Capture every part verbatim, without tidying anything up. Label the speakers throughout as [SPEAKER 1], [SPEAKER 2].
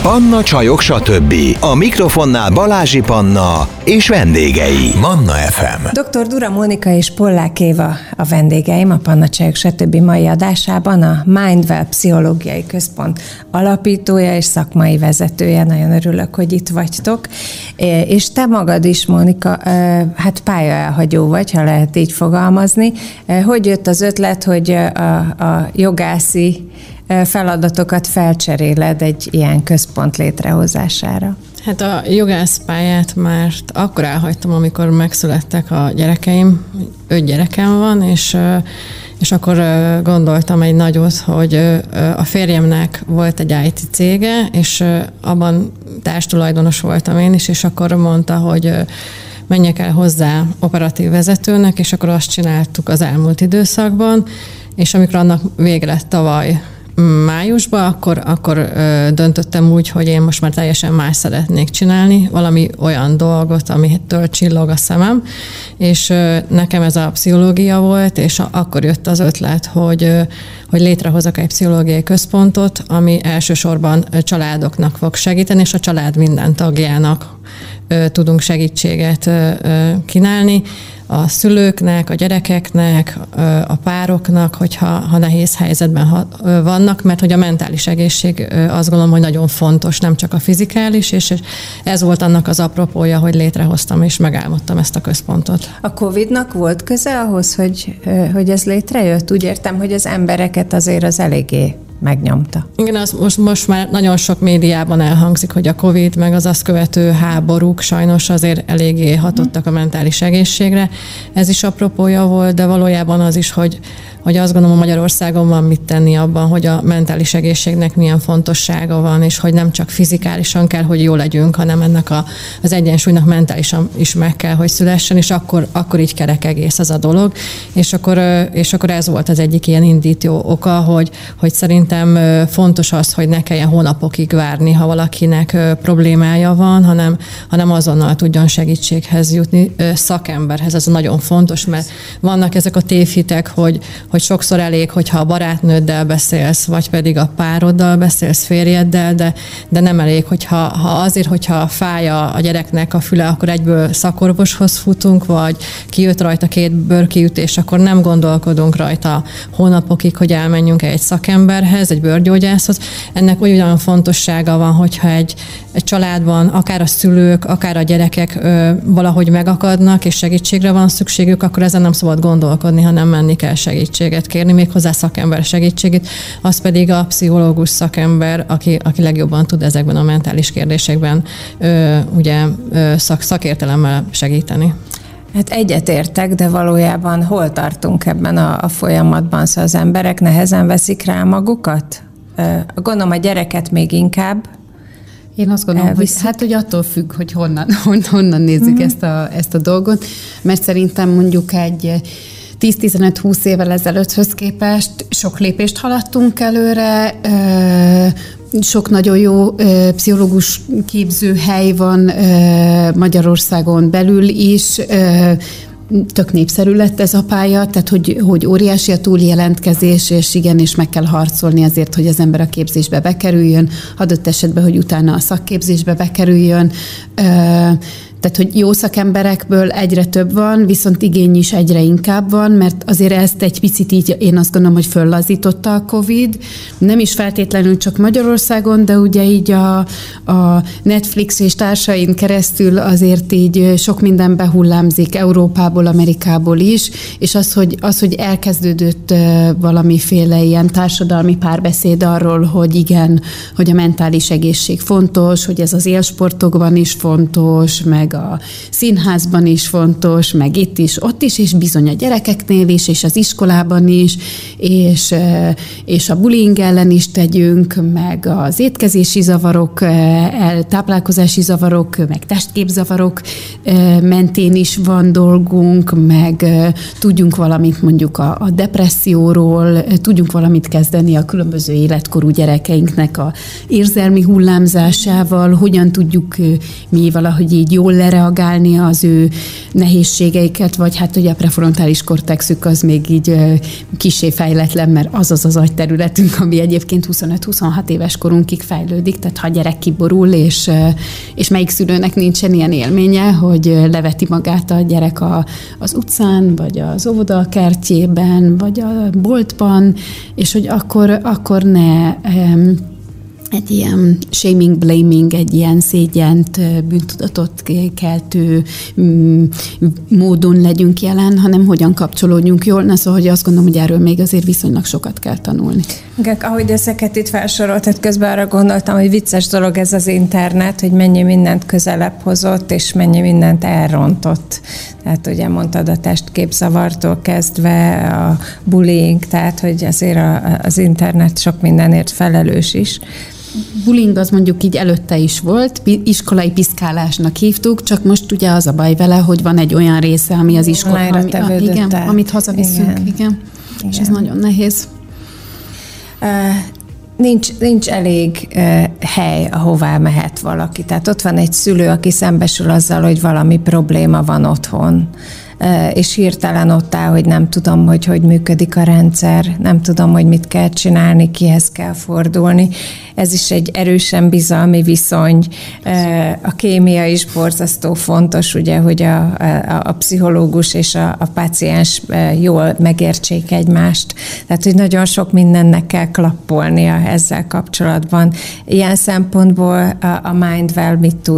[SPEAKER 1] Panna Csajok, stb. A mikrofonnál Balázsi Panna és vendégei. Manna ef em.
[SPEAKER 2] doktor Dura Mónika és Pollák Éva a vendégeim a Panna Csajok, stb. Mai adásában, a Mindwell Pszichológiai Központ alapítója és szakmai vezetője. Nagyon örülök, hogy itt vagytok. És te magad is, Mónika, hát pályaelhagyó vagy, ha lehet így fogalmazni. Hogy jött az ötlet, hogy a, a jogászi feladatokat felcseréled egy ilyen központ létrehozására?
[SPEAKER 3] Hát a jogászpályát már akkor elhagytam, amikor megszülettek a gyerekeim. Öt gyerekem van, és, és akkor gondoltam egy nagyot, hogy a férjemnek volt egy i té cége, és abban társtulajdonos voltam én is, és akkor mondta, hogy menjek el hozzá operatív vezetőnek, és akkor azt csináltuk az elmúlt időszakban, és amikor annak vége lett tavaly májusban, akkor, akkor ö, döntöttem úgy, hogy én most már teljesen más szeretnék csinálni, valami olyan dolgot, amitől csillog a szemem, és ö, nekem ez a pszichológia volt, és a, akkor jött az ötlet, hogy, ö, hogy létrehozok egy pszichológiai központot, ami elsősorban családoknak fog segíteni, és a család minden tagjának ö, tudunk segítséget ö, ö, kínálni, a szülőknek, a gyerekeknek, a pároknak, hogyha ha nehéz helyzetben vannak, mert hogy a mentális egészség azt gondolom, hogy nagyon fontos, nem csak a fizikális, és ez volt annak az apropója, hogy létrehoztam és megálmodtam ezt a központot.
[SPEAKER 2] A Covidnak volt köze ahhoz, hogy, hogy ez létrejött? Úgy értem, hogy az embereket azért az eléggé megnyomta.
[SPEAKER 3] Igen, az most, most már nagyon sok médiában elhangzik, hogy a Covid, meg az azt követő háborúk sajnos azért eléggé hatottak a mentális egészségre. Ez is apropója volt, de valójában az is, hogy, hogy azt gondolom, Magyarországon van mit tenni abban, hogy a mentális egészségnek milyen fontossága van, és hogy nem csak fizikálisan kell, hogy jó legyünk, hanem ennek a, az egyensúlynak mentálisan is meg kell, hogy szülessen, és akkor, akkor így kerek egész ez a dolog. És akkor, és akkor ez volt az egyik ilyen indító oka, hogy, hogy szerint Szerintem fontos az, hogy ne kelljen hónapokig várni, ha valakinek problémája van, hanem, hanem azonnal tudjon segítséghez jutni, szakemberhez. Ez nagyon fontos, mert vannak ezek a tévhitek, hogy, hogy sokszor elég, hogyha a barátnőddel beszélsz, vagy pedig a pároddal beszélsz, férjeddel, de, de nem elég, hogyha ha azért, hogyha fáj a gyereknek a füle, akkor egyből szakorvoshoz futunk, vagy kijött rajta két bőrkiütés, akkor nem gondolkodunk rajta hónapokig, hogy elmenjünk egy szakemberhez, egy bőrgyógyászhoz. Ennek olyan fontossága van, hogyha egy, egy családban akár a szülők, akár a gyerekek ö, valahogy megakadnak, és segítségre van szükségük, akkor ezen nem szabad gondolkodni, hanem menni kell segítséget kérni, méghozzá szakember segítségét, az pedig a pszichológus szakember, aki, aki legjobban tud ezekben a mentális kérdésekben ö, ugye ö, szak, szakértelemmel segíteni.
[SPEAKER 2] Hát egyetértek, de valójában hol tartunk ebben a, a folyamatban? Szóval az emberek nehezen veszik rá magukat? Gondolom a gyereket még inkább.
[SPEAKER 4] Én azt gondolom, elviszik. hogy hát, hogy attól függ, hogy honnan, honnan nézzük mm-hmm. ezt, a, ezt a dolgot, mert szerintem mondjuk egy tíz-tizenöt-húsz évvel ezelőtthöz képest sok lépést haladtunk előre, sok nagyon jó ö, pszichológus képzőhely van ö, Magyarországon belül is, ö, tök népszerű lett ez a pálya, tehát hogy, hogy óriási a túljelentkezés, és igenis meg kell harcolni azért, hogy az ember a képzésbe bekerüljön, adott esetben, hogy utána a szakképzésbe bekerüljön. Ö, Tehát, hogy jó szakemberekből egyre több van, viszont igény is egyre inkább van, mert azért ezt egy picit így én azt gondolom, hogy föllazította a Covid. Nem is feltétlenül csak Magyarországon, de ugye így a, a Netflix és társain keresztül azért így sok minden behullámzik Európából, Amerikából is, és az, hogy, az, hogy elkezdődött valamiféle ilyen társadalmi párbeszéd arról, hogy igen, hogy a mentális egészség fontos, hogy ez az élsportokban is fontos, meg a színházban is fontos, meg itt is, ott is, és bizony a gyerekeknél is, és az iskolában is, és, és a bullying ellen is tegyünk, meg az étkezési zavarok, táplálkozási zavarok, meg testképzavarok mentén is van dolgunk, meg tudjunk valamit mondjuk a, a depresszióról, tudjunk valamit kezdeni a különböző életkorú gyerekeinknek a érzelmi hullámzásával, hogyan tudjuk mi valahogy így jól lereagálni az ő nehézségeiket, vagy hát ugye a prefrontális kortexük az még így kissé fejletlen, mert az az az agyterületünk, ami egyébként huszonöt-huszonhat éves korunkig fejlődik, tehát ha a gyerek kiborul, és, és melyik szülőnek nincsen ilyen élménye, hogy leveti magát a gyerek a, az utcán, vagy az óvoda kertjében, vagy a boltban, és hogy akkor, akkor ne egy ilyen shaming, blaming, egy ilyen szégyent, bűntudatot keltő módon legyünk jelen, hanem hogyan kapcsolódjunk jól. Na szóval, hogy azt gondolom, hogy erről még azért viszonylag sokat kell tanulni.
[SPEAKER 2] Igen, ahogy ezeket itt felsoroltad, közben arra gondoltam, hogy vicces dolog ez az internet, hogy mennyi mindent közelebb hozott, és mennyi mindent elrontott. Tehát ugye mondtad a testképzavartól kezdve a bullying, tehát hogy azért a, az internet sok mindenért felelős is.
[SPEAKER 4] Bullying az mondjuk így előtte is volt, iskolai piszkálásnak hívtuk, csak most ugye az a baj vele, hogy van egy olyan része, ami az iskola, ami, a, igen, amit hazaviszünk, igen. Igen. Igen. És ez nagyon nehéz.
[SPEAKER 2] Uh, nincs, nincs elég uh, hely, ahová mehet valaki. Tehát ott van egy szülő, aki szembesül azzal, hogy valami probléma van otthon, és hirtelen ott áll, hogy nem tudom, hogy hogy működik a rendszer, nem tudom, hogy mit kell csinálni, kihez kell fordulni. Ez is egy erősen bizalmi viszony. A kémia is borzasztó fontos, ugye, hogy a, a, a pszichológus és a, a páciens jól megértsék egymást. Tehát, hogy nagyon sok mindennek kell klappolnia ezzel kapcsolatban. Ilyen szempontból a, a Mindwell mit tud?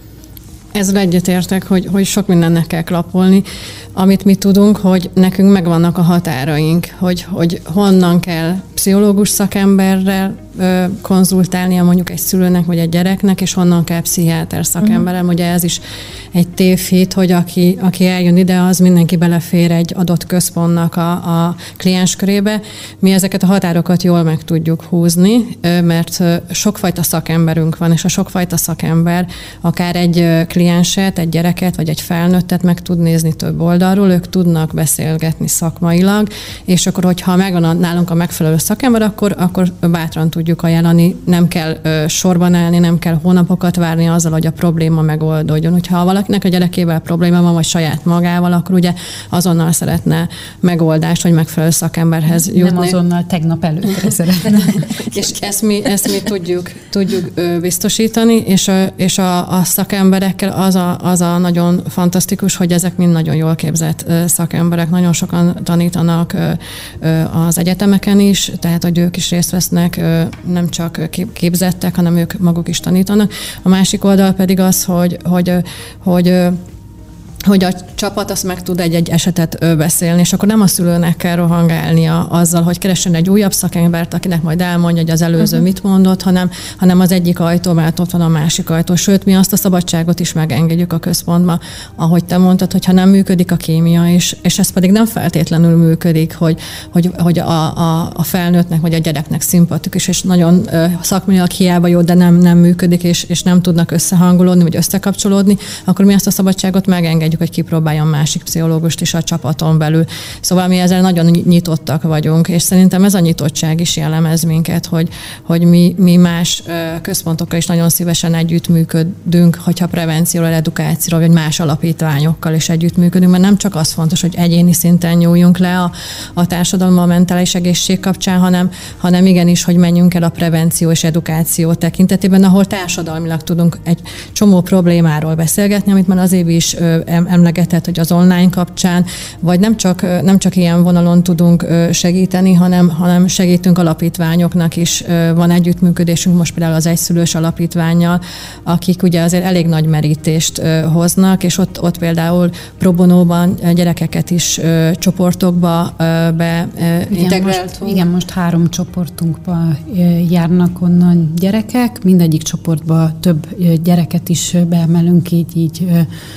[SPEAKER 3] Ezzel egyetértek, hogy, hogy sok mindennek kell klappolni. Amit mi tudunk, hogy nekünk megvannak a határaink, hogy, hogy honnan kell pszichológus szakemberrel ö, konzultálnia mondjuk egy szülőnek vagy egy gyereknek, és honnan kell pszichiáter szakemberrel. Uh-huh. Ugye ez is egy tévhit, hogy aki, aki eljön ide, az mindenki belefér egy adott központnak a, a kliens körébe. Mi ezeket a határokat jól meg tudjuk húzni, mert sokfajta szakemberünk van, és a sokfajta szakember akár egy klienset, egy gyereket, vagy egy felnőttet meg tud nézni több oldalról, ők tudnak beszélgetni szakmailag, és akkor, hogyha megvan nálunk a megfelelő szakember, akkor, akkor bátran tudjuk ajánlani, nem kell ö, sorban állni, nem kell hónapokat várni azzal, hogy a probléma megoldódjon. Hogyha valakinek a gyerekével probléma van, vagy saját magával, akkor ugye azonnal szeretne megoldást, vagy megfelelő szakemberhez jutni.
[SPEAKER 4] Nem azonnal, tegnap előttre szeretne.
[SPEAKER 3] És ezt mi, ezt mi tudjuk, tudjuk ö, biztosítani, és, ö, és a, a szakemberekkel az a, az a nagyon fantasztikus, hogy ezek mind nagyon jól képzett ö, szakemberek, nagyon sokan tanítanak ö, ö, az egyetemeken is, tehát hogy ők is részt vesznek, ö, nem csak képzettek, hanem ők maguk is tanítanak. A másik oldal pedig az, hogy, hogy, hogy, hogy hogy a csapat azt meg tud egy-egy esetet beszélni, és akkor nem a szülőnek kell rohangálnia azzal, hogy keressen egy újabb szakembert, akinek majd elmondja, hogy az előző uh-huh. mit mondott, hanem, hanem az egyik ajtó, mert ott van a másik ajtó. Sőt, mi azt a szabadságot is megengedjük a központba, ahogy te mondtad, hogyha nem működik a kémia, és, és ez pedig nem feltétlenül működik, hogy, hogy, hogy a, a, a felnőttnek vagy a gyereknek szimpatikus, és nagyon szakmailag hiába jó, de nem, nem működik, és, és nem tudnak összehangolódni, vagy összekapcsolódni, akkor mi azt a szabadságot megengedjük, hogy kipróbáljon másik pszichológust is a csapaton belül. Szóval mi ezzel nagyon nyitottak vagyunk, és szerintem ez a nyitottság is jellemez minket, hogy, hogy mi, mi más központokkal is nagyon szívesen együttműködünk, hogyha prevencióról, edukációról, vagy más alapítványokkal is együttműködünk, mert nem csak az fontos, hogy egyéni szinten nyúljunk le a, a társadalom a mentális egészség kapcsán, hanem, hanem igenis, hogy menjünk el a prevenció és edukáció tekintetében, ahol társadalmilag tudunk egy csomó problémáról beszélgetni, amit már az év is emlegetett, hogy az online kapcsán, vagy nem csak, nem csak ilyen vonalon tudunk segíteni, hanem, hanem segítünk alapítványoknak is. Van együttműködésünk most például az egyszülős alapítvánnyal, akik ugye azért elég nagy merítést hoznak, és ott, ott például pro bonóban gyerekeket is csoportokba be integráltunk.
[SPEAKER 4] Most, igen, most három csoportunkba járnak onnan gyerekek, mindegyik csoportba több gyereket is beemelünk, így, így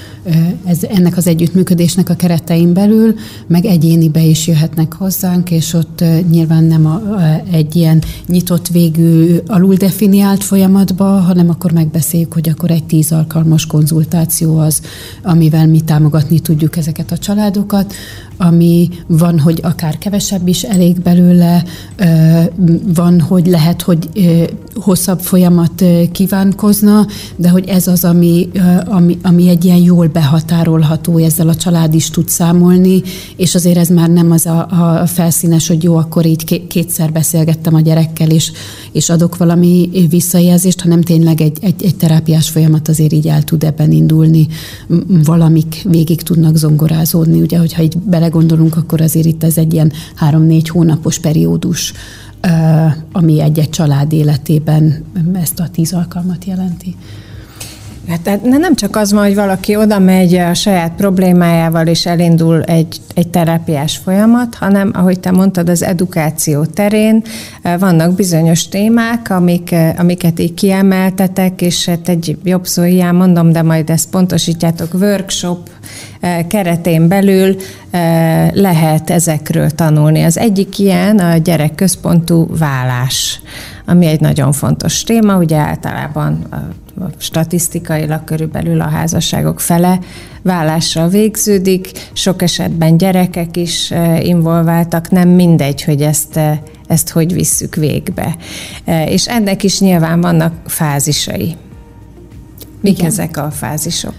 [SPEAKER 4] Ez, ennek az együttműködésnek a keretein belül, meg egyénibe is jöhetnek hozzánk, és ott nyilván nem a, a, egy ilyen nyitott végű, aluldefiniált folyamatba, hanem akkor megbeszéljük, hogy akkor egy tíz alkalmas konzultáció az, amivel mi támogatni tudjuk ezeket a családokat. ami van, hogy akár kevesebb is elég belőle, van, hogy lehet, hogy hosszabb folyamat kívánkozna, de hogy ez az, ami, ami, ami egy ilyen jól behatárolható, ezzel a család is tud számolni, és azért ez már nem az a, a felszínes, hogy jó, akkor így kétszer beszélgettem a gyerekkel, és, és adok valami visszajelzést, hanem tényleg egy, egy, egy terápiás folyamat azért így el tud ebben indulni, valamik végig tudnak zongorázódni. Ugye, hogyha így belegondolunk, akkor azért itt ez egy ilyen három-négy hónapos periódus, ami egy-egy család életében ezt a tíz alkalmat jelenti.
[SPEAKER 2] Tehát nem csak az van, hogy valaki oda megy a saját problémájával, és elindul egy, egy terápiás folyamat, hanem, ahogy te mondtad, az edukáció terén vannak bizonyos témák, amik, amiket így kiemeltetek, és hát egy jobb szó hiány mondom, de majd ezt pontosítjátok, workshop keretén belül lehet ezekről tanulni. Az egyik ilyen a gyerekközpontú válás, ami egy nagyon fontos téma, ugye általában statisztikailag körülbelül a házasságok fele válással végződik, sok esetben gyerekek is involváltak, nem mindegy, hogy ezt, ezt hogy visszük végbe. És ennek is nyilván vannak fázisai. Mik Igen. ezek a fázisok?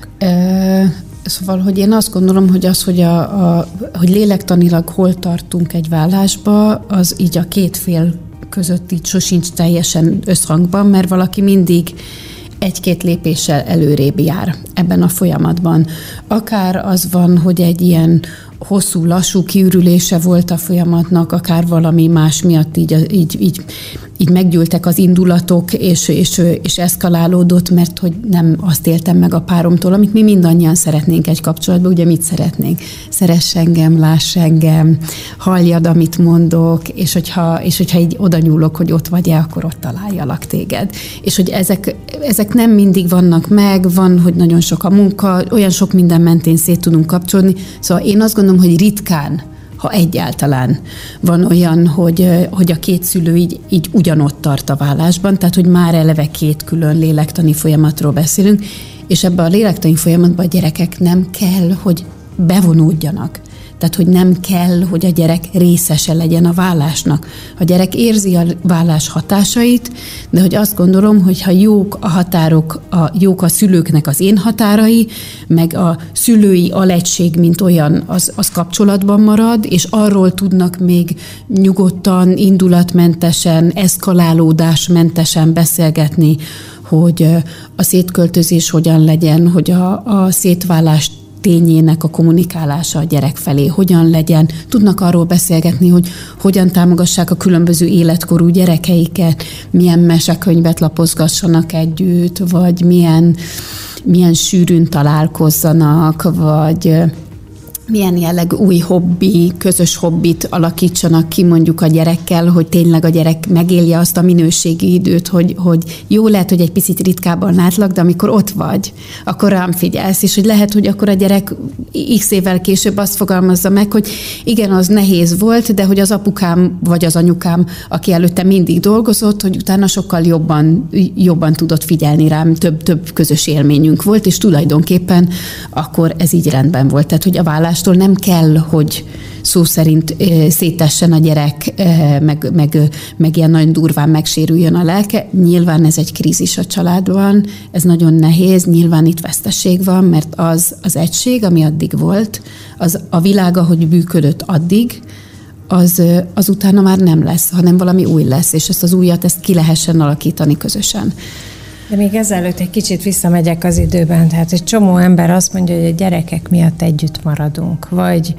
[SPEAKER 4] Ö- Szóval, hogy én azt gondolom, hogy az, hogy, a, a, hogy lélektanilag hol tartunk egy válásba, az így a két fél között így sosincs teljesen összhangban, mert valaki mindig egy-két lépéssel előrébb jár ebben a folyamatban. Akár az van, hogy egy ilyen hosszú, lassú kiürülése volt a folyamatnak, akár valami más miatt így, így, így, így meggyűltek az indulatok, és, és, és eszkalálódott, mert hogy nem azt éltem meg a páromtól, amit mi mindannyian szeretnénk egy kapcsolatban. Ugye mit szeretnénk? Szeress engem, láss engem, halljad, amit mondok, és hogyha, és hogyha így oda nyúlok, hogy ott vagy-e, akkor ott találjalak téged. És hogy ezek, ezek nem mindig vannak meg, van, hogy nagyon sok a munka, olyan sok minden mentén szét tudunk kapcsolódni. Szóval én azt gondolom, hogy ritkán, ha egyáltalán van olyan, hogy, hogy a két szülő így, így ugyanott tart a válásban, tehát hogy már eleve két külön lélektani folyamatról beszélünk, és ebben a lélektani folyamatban a gyerekek nem kell, hogy bevonódjanak. Tehát, hogy nem kell, hogy a gyerek részese legyen a válásnak. A gyerek érzi a válás hatásait, de hogy azt gondolom, hogy ha jók a határok, a, jók a szülőknek az én határai, meg a szülői alegység, mint olyan, az, az kapcsolatban marad, és arról tudnak még nyugodtan, indulatmentesen, eszkalálódásmentesen beszélgetni, hogy a szétköltözés hogyan legyen, hogy a, a szétválást tényének a kommunikálása a gyerek felé hogyan legyen. Tudnak arról beszélgetni, hogy hogyan támogassák a különböző életkorú gyerekeiket, milyen mesekönyvet lapozgassanak együtt, vagy milyen, milyen sűrűn találkozzanak, vagy milyen jellegű új hobbi, közös hobbit alakítsanak ki mondjuk a gyerekkel, hogy tényleg a gyerek megélje azt a minőségi időt, hogy, hogy jó, lehet, hogy egy picit ritkábban átlag, de amikor ott vagy, akkor rám figyelsz, és hogy lehet, hogy akkor a gyerek x évvel később azt fogalmazza meg, hogy igen, az nehéz volt, de hogy az apukám vagy az anyukám, aki előtte mindig dolgozott, hogy utána sokkal jobban, jobban tudott figyelni rám, több, több közös élményünk volt, és tulajdonképpen akkor ez így rendben volt. Tehát, hogy a vállás nem kell, hogy szó szerint szétessen a gyerek, meg, meg, meg ilyen nagyon durván megsérüljön a lelke. Nyilván ez egy krízis a családban, ez nagyon nehéz, nyilván itt veszteség van, mert az az egység, ami addig volt, az a világ, ahogy működött addig, az, az utána már nem lesz, hanem valami új lesz, és ezt az újat, ezt ki lehessen alakítani közösen.
[SPEAKER 2] De még ezelőtt egy kicsit visszamegyek az időben, tehát egy csomó ember azt mondja, hogy a gyerekek miatt együtt maradunk, vagy,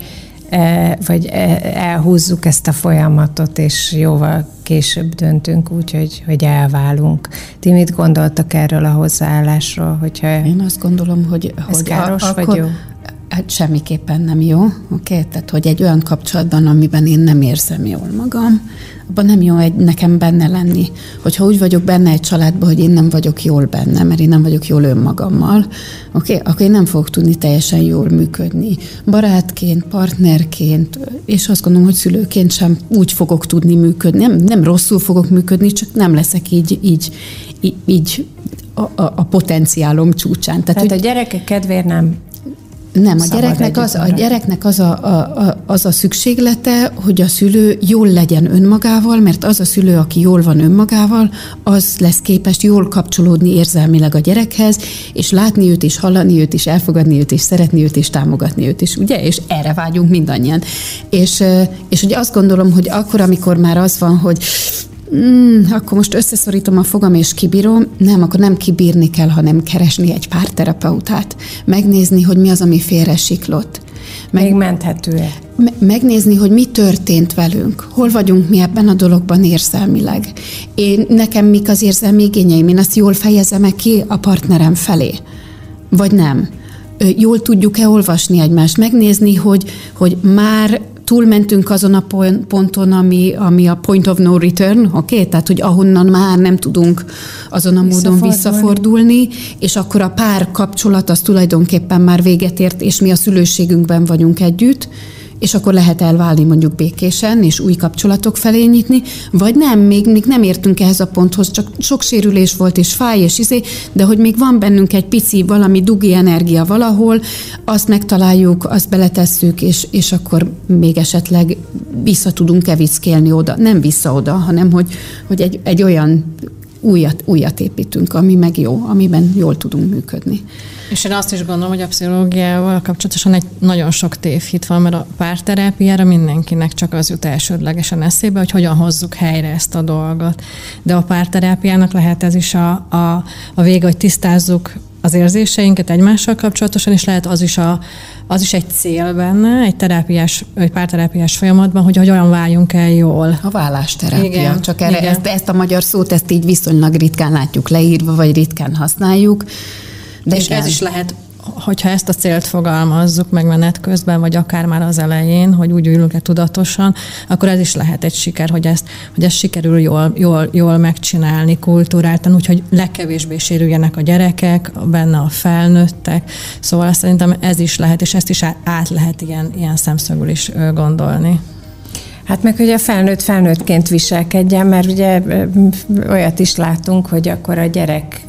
[SPEAKER 2] vagy elhúzzuk ezt a folyamatot, és jóval később döntünk úgy, hogy, hogy elválunk. Ti mit gondoltak erről a hozzáállásról? Hogyha
[SPEAKER 4] Én azt gondolom, hogy...
[SPEAKER 2] Ez
[SPEAKER 4] hogy
[SPEAKER 2] káros,
[SPEAKER 4] a,
[SPEAKER 2] vagy
[SPEAKER 4] akkor,
[SPEAKER 2] jó?
[SPEAKER 4] Hát semmiképpen nem jó, oké? Okay? Tehát, hogy egy olyan kapcsolatban, amiben én nem érzem jól magam, abban nem jó egy, nekem benne lenni. Hogyha úgy vagyok benne egy családban, hogy én nem vagyok jól benne, mert én nem vagyok jól önmagammal, oké? Okay? Akkor én nem fogok tudni teljesen jól működni. Barátként, partnerként, és azt gondolom, hogy szülőként sem úgy fogok tudni működni. Nem, nem rosszul fogok működni, csak nem leszek így, így, így, így a, a, a potenciálom csúcsán.
[SPEAKER 2] Tehát, Tehát hogy a gyerekek kedvéért nem
[SPEAKER 4] Nem, a gyereknek, az, a gyereknek az, a, a, az a szükséglete, hogy a szülő jól legyen önmagával, mert az a szülő, aki jól van önmagával, az lesz képes jól kapcsolódni érzelmileg a gyerekhez, és látni őt is, hallani őt is, elfogadni őt is, szeretni őt is, támogatni őt is, ugye? És erre vágyunk mindannyian. És, és ugye azt gondolom, hogy akkor, amikor már az van, hogy Mm, akkor most összeszorítom a fogam és kibírom. Nem, akkor nem kibírni kell, hanem keresni egy párterapeutát. Megnézni, hogy mi az, ami félre siklott.
[SPEAKER 2] Meg, Még menthető-e?
[SPEAKER 4] Me- megnézni, hogy mi történt velünk. Hol vagyunk mi ebben a dologban érzelmileg. Én, nekem mik az érzelmi igényeim? Én azt jól fejezem-e ki a partnerem felé? Vagy nem? Jól tudjuk-e olvasni egymást? Megnézni, hogy, hogy már túlmentünk azon a ponton, ami, ami a point of no return, oké? Okay? Tehát, hogy ahonnan már nem tudunk azon a módon visszafordulni, és akkor a pár kapcsolat az tulajdonképpen már véget ért, és mi a szülőségünkben vagyunk együtt, és akkor lehet elválni mondjuk békésen, és új kapcsolatok felé nyitni, vagy nem, még, még nem értünk ehhez a ponthoz, csak sok sérülés volt, és fáj, és izé, de hogy még van bennünk egy pici valami dugi energia valahol, azt megtaláljuk, azt beletesszük, és, és akkor még esetleg vissza tudunk-e vickélni oda. Nem vissza oda, hanem hogy, hogy egy, egy olyan újat, újat építünk, ami meg jó, amiben jól tudunk működni.
[SPEAKER 3] És én azt is gondolom, hogy a pszichológiával kapcsolatosan egy nagyon sok tévhit van, mert a párterápiára mindenkinek csak az jut elsődlegesen eszébe, hogy hogyan hozzuk helyre ezt a dolgot. De a párterápiának lehet ez is a, a, a vége, hogy tisztázzuk az érzéseinket egymással kapcsolatosan, és lehet az is, a, az is egy cél benne, egy terápiás, egy párterápiás folyamatban, hogy hogyan váljunk el jól.
[SPEAKER 4] A vállásterápia. Igen, csak erre,
[SPEAKER 3] igen.
[SPEAKER 4] Ezt, ezt a magyar szót, ezt így viszonylag ritkán látjuk leírva, vagy ritkán használjuk.
[SPEAKER 3] De és igen. Ez is lehet, hogyha ezt a célt fogalmazzuk meg menet közben, vagy akár már az elején, hogy úgy ülünk-e tudatosan, akkor ez is lehet egy siker, hogy ezt, hogy ezt sikerül jól, jól, jól megcsinálni, kultúráltan, úgyhogy legkevésbé sérüljenek a gyerekek, benne a felnőttek. Szóval szerintem ez is lehet, és ezt is át lehet ilyen, ilyen szemszögül is gondolni.
[SPEAKER 2] Hát meg, hogy a felnőtt felnőttként viselkedjen, mert ugye olyat is látunk, hogy akkor a gyerek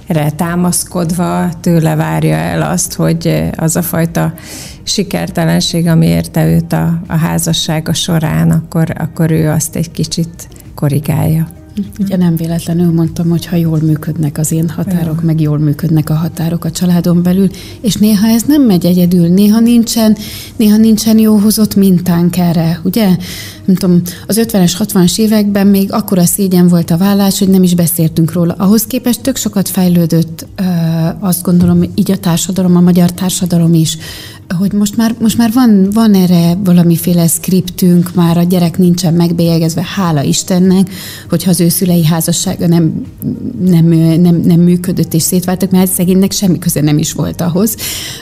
[SPEAKER 2] támaszkodva tőle várja el azt, hogy az a fajta sikertelenség, ami érte őt a, a házassága során, akkor, akkor ő azt egy kicsit korrigálja.
[SPEAKER 4] Ugye nem véletlenül mondtam, hogy ha jól működnek az én határok, ja. meg jól működnek a határok a családon belül, és néha ez nem megy egyedül, néha nincsen, néha nincsen jó hozott mintánk erre, ugye? Nem tudom, az ötvenes, hatvanas években még akkora szégyen volt a vállás, hogy nem is beszéltünk róla. Ahhoz képest tök sokat fejlődött, azt gondolom, így a társadalom, a magyar társadalom is, hogy most már, most már van, van erre valamiféle szkriptünk, már a gyerek nincsen megbélyegezve, hála Istennek, hogyha az ő szülei házassága nem, nem, nem, nem működött és szétváltak, mert szegénynek semmi köze nem is volt ahhoz.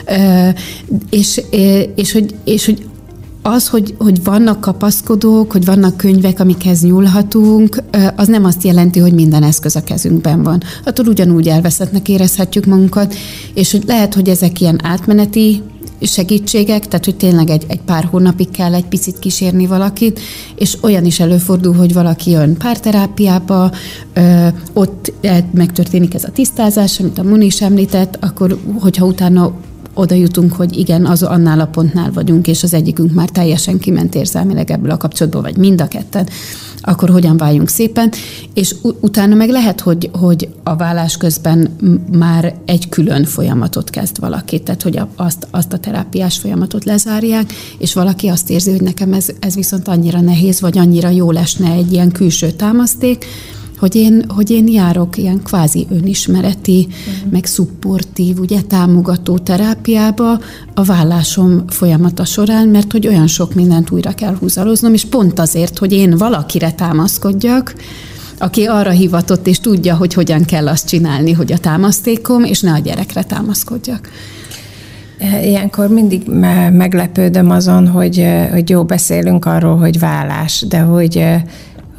[SPEAKER 4] És, és, hogy, és hogy az, hogy, hogy vannak kapaszkodók, hogy vannak könyvek, amikhez nyúlhatunk, az nem azt jelenti, hogy minden eszköz a kezünkben van. Attól ugyanúgy elveszettnek érezhetjük magunkat, és hogy lehet, hogy ezek ilyen átmeneti segítségek, tehát hogy tényleg egy, egy pár hónapig kell egy picit kísérni valakit, és olyan is előfordul, hogy valaki jön párterápiába, ö, ott megtörténik ez a tisztázás, amit a Moni is említett, akkor hogyha utána oda jutunk, hogy igen, az annál a pontnál vagyunk, és az egyikünk már teljesen kiment érzelmileg ebből a kapcsolatból, vagy mind a ketten, akkor hogyan váljunk szépen, és utána meg lehet, hogy, hogy a vállás közben már egy külön folyamatot kezd valaki, tehát hogy azt, azt a terápiás folyamatot lezárják, és valaki azt érzi, hogy nekem ez, ez viszont annyira nehéz, vagy annyira jól esne egy ilyen külső támaszték, hogy én, hogy én járok ilyen kvázi önismereti, uh-huh. meg szupportív, ugye támogató terápiába a vállásom folyamata során, mert hogy olyan sok mindent újra kell húzaloznom, és pont azért, hogy én valakire támaszkodjak, aki arra hivatott, és tudja, hogy hogyan kell azt csinálni, hogy a támasztékom, és ne a gyerekre támaszkodjak.
[SPEAKER 2] Ilyenkor mindig meglepődöm azon, hogy, hogy jó beszélünk arról, hogy vállás, de hogy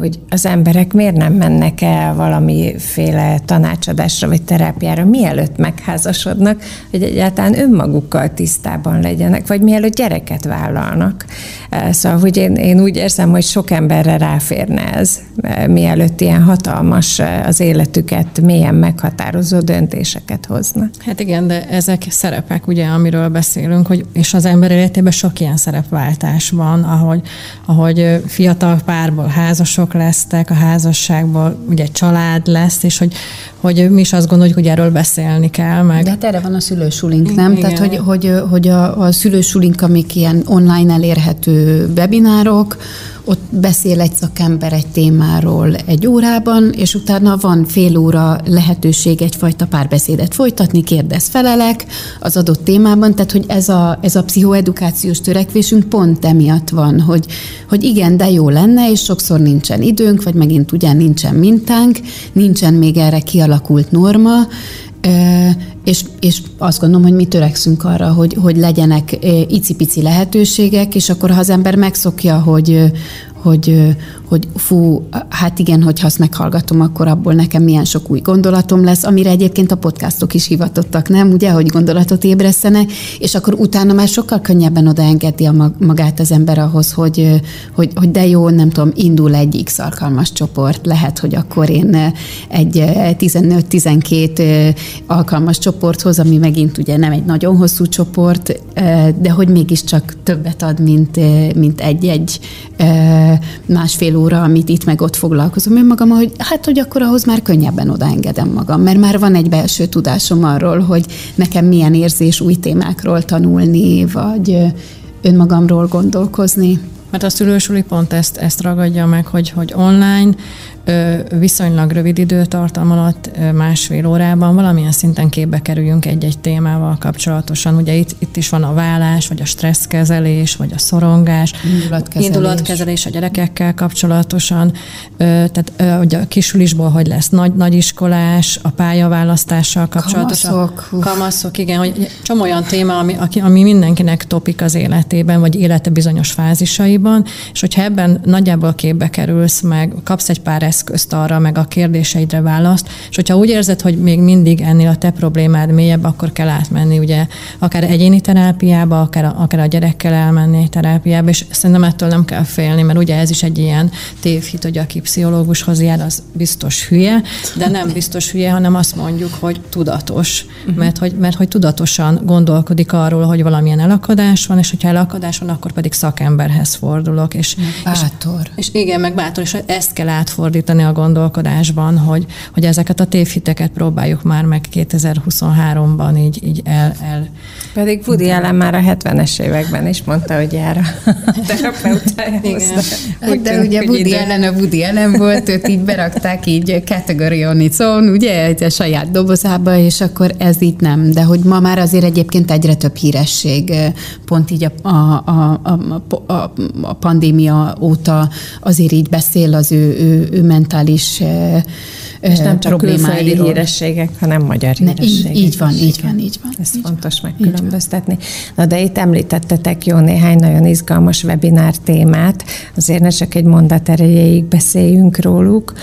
[SPEAKER 2] hogy az emberek miért nem mennek el valamiféle tanácsadásra vagy terápiára, mielőtt megházasodnak, hogy egyáltalán önmagukkal tisztában legyenek, vagy mielőtt gyereket vállalnak. Szóval, hogy én, én úgy érzem, hogy sok emberre ráférne ez, mielőtt ilyen hatalmas, az életüket mélyen meghatározó döntéseket hoznak.
[SPEAKER 3] Hát igen, de ezek szerepek, ugye, amiről beszélünk, hogy, és az ember életében sok ilyen szerepváltás van, ahogy, ahogy fiatal párból házasok lesztek, a házasságból ugye család lesz, és hogy, hogy mi is azt gondoljuk, hogy erről beszélni kell. Meg.
[SPEAKER 4] De hát erre van a szülősulink, nem? Igen. Tehát, hogy, hogy, hogy a, a szülősulink, amik ilyen online elérhető webinárok, ott beszél egy szakember egy témáról egy órában, és utána van fél óra lehetőség egyfajta párbeszédet folytatni, kérdez-felelek az adott témában, tehát hogy ez a, ez a pszichoedukációs törekvésünk pont emiatt van, hogy, hogy igen, de jó lenne, és sokszor nincsen időnk, vagy megint ugyan nincsen mintánk, nincsen még erre kialakult norma, És, és azt gondolom, hogy mi törekszünk arra, hogy, hogy legyenek icipici lehetőségek, és akkor ha az ember megszokja, hogy, hogy, hogy fú, hát igen, hogyha azt meghallgatom, akkor abból nekem milyen sok új gondolatom lesz, amire egyébként a podcastok is hivatottak, nem? Ugye, hogy gondolatot ébresztenek, és akkor utána már sokkal könnyebben odaengedi a magát az ember ahhoz, hogy, hogy, hogy de jó, nem tudom, indul egy X alkalmas csoport, lehet, hogy akkor én egy tizenöt-tizenkét alkalmas csoporthoz, ami megint ugye nem egy nagyon hosszú csoport, de hogy mégiscsak többet ad, mint, mint egy-egy másfél óra, amit itt meg ott foglalkozom önmagam, hogy hát, hogy akkor ahhoz már könnyebben odaengedem magam, mert már van egy belső tudásom arról, hogy nekem milyen érzés új témákról tanulni, vagy önmagamról gondolkozni.
[SPEAKER 3] Mert a szülősuli pont ezt, ezt ragadja meg, hogy, hogy online viszonylag rövid időtartam alatt, másfél órában valamilyen szinten képbe kerüljünk egy-egy témával kapcsolatosan. Ugye itt, itt is van a vállás, vagy a stresszkezelés, vagy a szorongás,
[SPEAKER 4] indulatkezelés,
[SPEAKER 3] indulatkezelés a gyerekekkel kapcsolatosan. Tehát ugye a kisulisból hogy lesz nagy, nagyiskolás, a pályaválasztással kapcsolatosan.
[SPEAKER 4] Kamaszok.
[SPEAKER 3] Kamaszok, igen, hogy csomó olyan téma, ami, ami mindenkinek topik az életében, vagy élete bizonyos fázisaiban, és hogyha ebben nagyjából képbe kerülsz, meg kapsz egy pár eszközt arra, meg a kérdéseidre választ, és hogyha úgy érzed, hogy még mindig ennél a te problémád mélyebb, akkor kell átmenni, ugye, akár egyéni terápiába, akár a, akár a gyerekkel elmenni terápiába, és szerintem ettől nem kell félni, mert ugye ez is egy ilyen tévhit, hogy aki pszichológushoz jár, az biztos hülye, de nem biztos hülye, hanem azt mondjuk, hogy tudatos, uh-huh. mert, hogy, mert hogy tudatosan gondolkodik arról, hogy valamilyen elakadás van, és hogyha elakadás van, akkor pedig szakemberhez fordulok. És,
[SPEAKER 4] bátor.
[SPEAKER 3] És, és igen, meg bátor, és ezt kell átfordítani a gondolkodásban, hogy, hogy ezeket a tévhiteket próbáljuk már meg kétezer-huszonháromban így, így el, el...
[SPEAKER 2] Pedig Woody Allen már a hetvenes években is mondta, hogy jár a terapeutájához.
[SPEAKER 4] De, de ugye Woody Allen a Woody Allen volt, őt így berakták így category on its own, ugye, a saját dobozába, és akkor ez így nem. De hogy ma már azért egyébként egyre több híresség, pont így a, a, a, a, a, a pandémia óta azért így beszél az ő, ő, ő mentális
[SPEAKER 2] és nem csak külföldi hírességek, hanem magyar hírességek.
[SPEAKER 4] Így, így van, így van, így van.
[SPEAKER 2] Ez így fontos van. megkülönböztetni. Na de itt említettetek jó néhány nagyon izgalmas webinár témát, azért ne csak egy mondat erejéig beszéljünk róluk,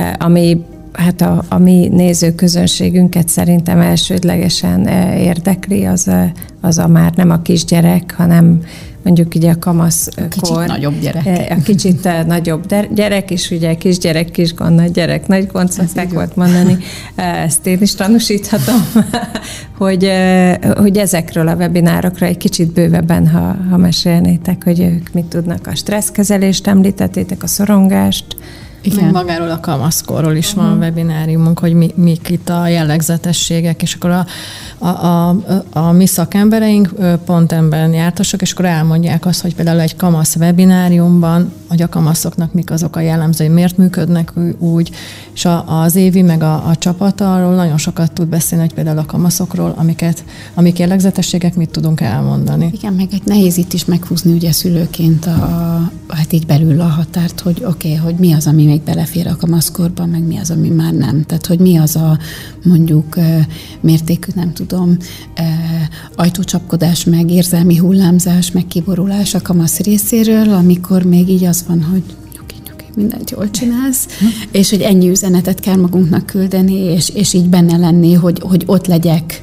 [SPEAKER 2] ami hát a, a mi nézőközönségünket szerintem elsődlegesen érdekli, az a, az a már nem a kisgyerek, hanem mondjuk ugye a kamaszkor.
[SPEAKER 4] Kicsit nagyobb gyerek.
[SPEAKER 2] A kicsit nagyobb gyerek, és ugye kisgyerek, kis gond, nagy gyerek, nagy gond szokták volt mondani. Ezt én is tanúsíthatom, hogy, hogy ezekről a webinárokra egy kicsit bővebben, ha, ha mesélnétek, hogy ők mit tudnak. A stresszkezelést említettétek, a szorongást.
[SPEAKER 3] Igen. Magáról a kamaszkorról is uh-huh. van webináriumunk, hogy mi, mik itt a jellegzetességek, és akkor a, a, a, a mi szakembereink pont ebben jártasok, és akkor elmondják azt, hogy például egy kamasz webináriumban, hogy a kamaszoknak mik azok a jellemzői, miért működnek úgy, és a, az Évi meg a, a csapat arról nagyon sokat tud beszélni, hogy például a kamaszokról, amiket, amik jellegzetességek, mit tudunk elmondani.
[SPEAKER 4] Igen, meg egy nehéz itt is meghúzni ugye szülőként a, a, hát így belül a határt, hogy oké, okay, hogy mi az, ami még belefér a kamaszkorban, meg mi az, ami már nem. Tehát, hogy mi az a mondjuk mértékű, nem tudom, ajtócsapkodás, meg érzelmi hullámzás, meg kiborulás a kamasz részéről, amikor még így az van, hogy nyugi, nyugi, mindent jól csinálsz, és hogy ennyi üzenetet kell magunknak küldeni, és, és így benne lenni, hogy, hogy ott legyek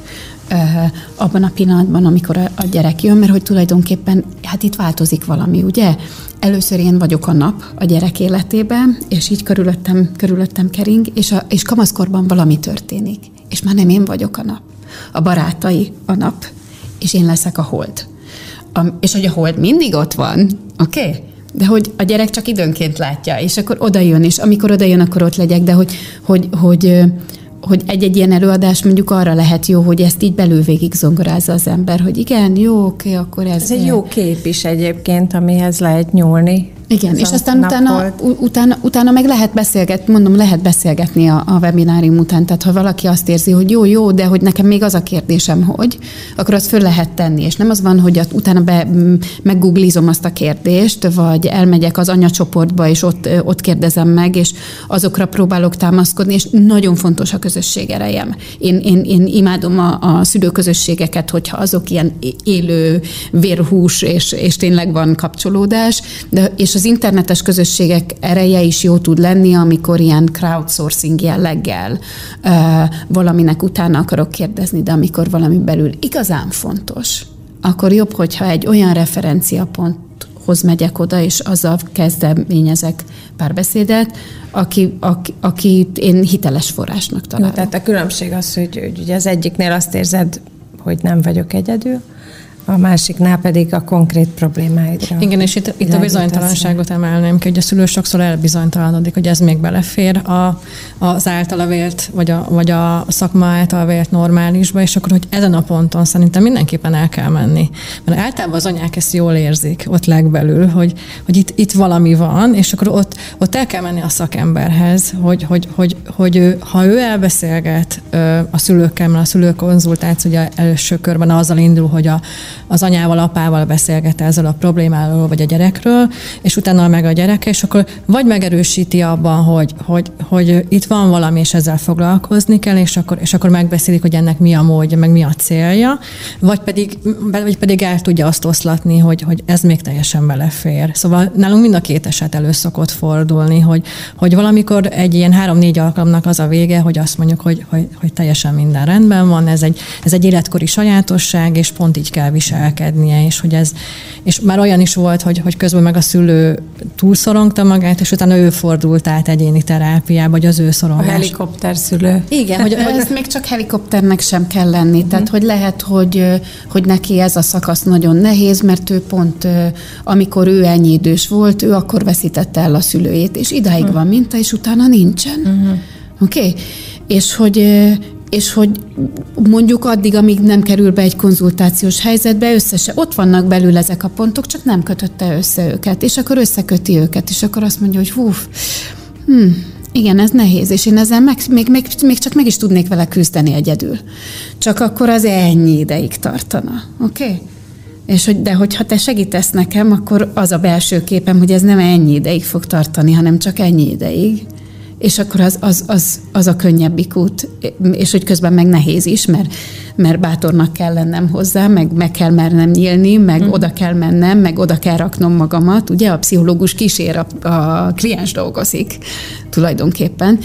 [SPEAKER 4] abban a pillanatban, amikor a gyerek jön, mert hogy tulajdonképpen, hát itt változik valami, ugye? Először én vagyok a nap a gyerek életében, és így körülöttem, körülöttem kering, és, a, és kamaszkorban valami történik. És már nem én vagyok a nap. A barátai a nap, és én leszek a hold. A, és hogy a hold mindig ott van, oké? Okay? De hogy a gyerek csak időnként látja, és akkor oda jön, és amikor oda jön, akkor ott legyek, de hogy, hogy, hogy hogy egy-egy ilyen előadás mondjuk arra lehet jó, hogy ezt így belül végig zongorázza az ember, hogy igen, jó, oké, akkor ez...
[SPEAKER 2] Ez egy jó kép is egyébként, amihez lehet nyúlni.
[SPEAKER 4] Igen, és aztán utána, utána, utána meg lehet beszélgetni, mondom, lehet beszélgetni a, a webinárium után, tehát ha valaki azt érzi, hogy jó, jó, de hogy nekem még az a kérdésem, hogy, akkor azt föl lehet tenni, és nem az van, hogy utána be, meggooglizom azt a kérdést, vagy elmegyek az anyacsoportba, és ott, ott kérdezem meg, és azokra próbálok támaszkodni, és nagyon fontos a közösség erejem. Én, én, én imádom a, a szülőközösségeket, hogyha azok ilyen élő vérhús, és, és tényleg van kapcsolódás, de, és az internetes közösségek ereje is jó tud lenni, amikor ilyen crowdsourcing jelleggel uh, valaminek utána akarok kérdezni, de amikor valami belül igazán fontos, akkor jobb, hogyha egy olyan referenciaponthoz megyek oda, és azzal kezdeményezek párbeszédet, aki, aki, akit én hiteles forrásnak találom.
[SPEAKER 2] Jó, tehát a különbség az, hogy, hogy ugye az egyiknél azt érzed, hogy nem vagyok egyedül, a másiknál pedig a konkrét problémáidra.
[SPEAKER 3] Igen, és itt, itt a bizonytalanságot emelném ki, hogy a szülő sokszor elbizonytalanodik, hogy ez még belefér a, az általa vélt, vagy a, vagy a szakma által vélt normálisba, és akkor, hogy ezen a ponton szerintem mindenképpen el kell menni. Mert általában az anyák ezt jól érzik ott legbelül, hogy, hogy itt, itt valami van, és akkor ott, ott el kell menni a szakemberhez, hogy, hogy, hogy, hogy ő, ha ő elbeszélget a szülőkkel, mert a szülőkonzultáció ugye első körben azzal indul, hogy a az anyával, apával beszélget ezzel a problémáról, vagy a gyerekről, és utána meg a gyereke, és akkor vagy megerősíti abban, hogy, hogy, hogy itt van valami, és ezzel foglalkozni kell, és akkor, és akkor megbeszélik, hogy ennek mi a módja, meg mi a célja, vagy pedig, vagy pedig el tudja azt oszlatni, hogy, hogy ez még teljesen belefér. Szóval nálunk mind a két eset elő szokott fordulni, hogy, hogy valamikor egy ilyen három-négy alkalomnak az a vége, hogy azt mondjuk, hogy, hogy, hogy teljesen minden rendben van, ez egy, ez egy életkori sajátosság, és pont így kell viselkednie, és hogy ez, és már olyan is volt, hogy, hogy közben meg a szülő túlszorongta magát, és utána ő fordult át egyéni terápiába, vagy az ő szorongás.
[SPEAKER 2] A helikopterszülő.
[SPEAKER 4] Igen, hogy ez még csak helikopternek sem kell lenni, uh-huh. Tehát hogy lehet, hogy, hogy neki ez a szakasz nagyon nehéz, mert ő pont, amikor ő ennyi idős volt, ő akkor veszítette el a szülőjét, és idáig uh-huh. van minta, és utána nincsen. Uh-huh. Oké? Okay? És hogy és hogy mondjuk addig, amíg nem kerül be egy konzultációs helyzetbe, összese, ott vannak belül ezek a pontok, csak nem kötötte össze őket, és akkor összeköti őket, és akkor azt mondja, hogy hú, hm, igen, ez nehéz, és én ezzel meg, még, még, még csak meg is tudnék vele küzdeni egyedül. Csak akkor az ennyi ideig tartana, oké? Okay? És hogy, de hogyha te segítesz nekem, akkor az a belső képem, hogy ez nem ennyi ideig fog tartani, hanem csak ennyi ideig. És akkor az, az, az, az a könnyebbik út, és hogy közben meg nehéz is, mert, mert bátornak kell lennem hozzá, meg, meg kell mernem nyílni, meg mm. oda kell mennem, meg oda kell raknom magamat. Ugye a pszichológus kísér, a, a kliens dolgozik tulajdonképpen,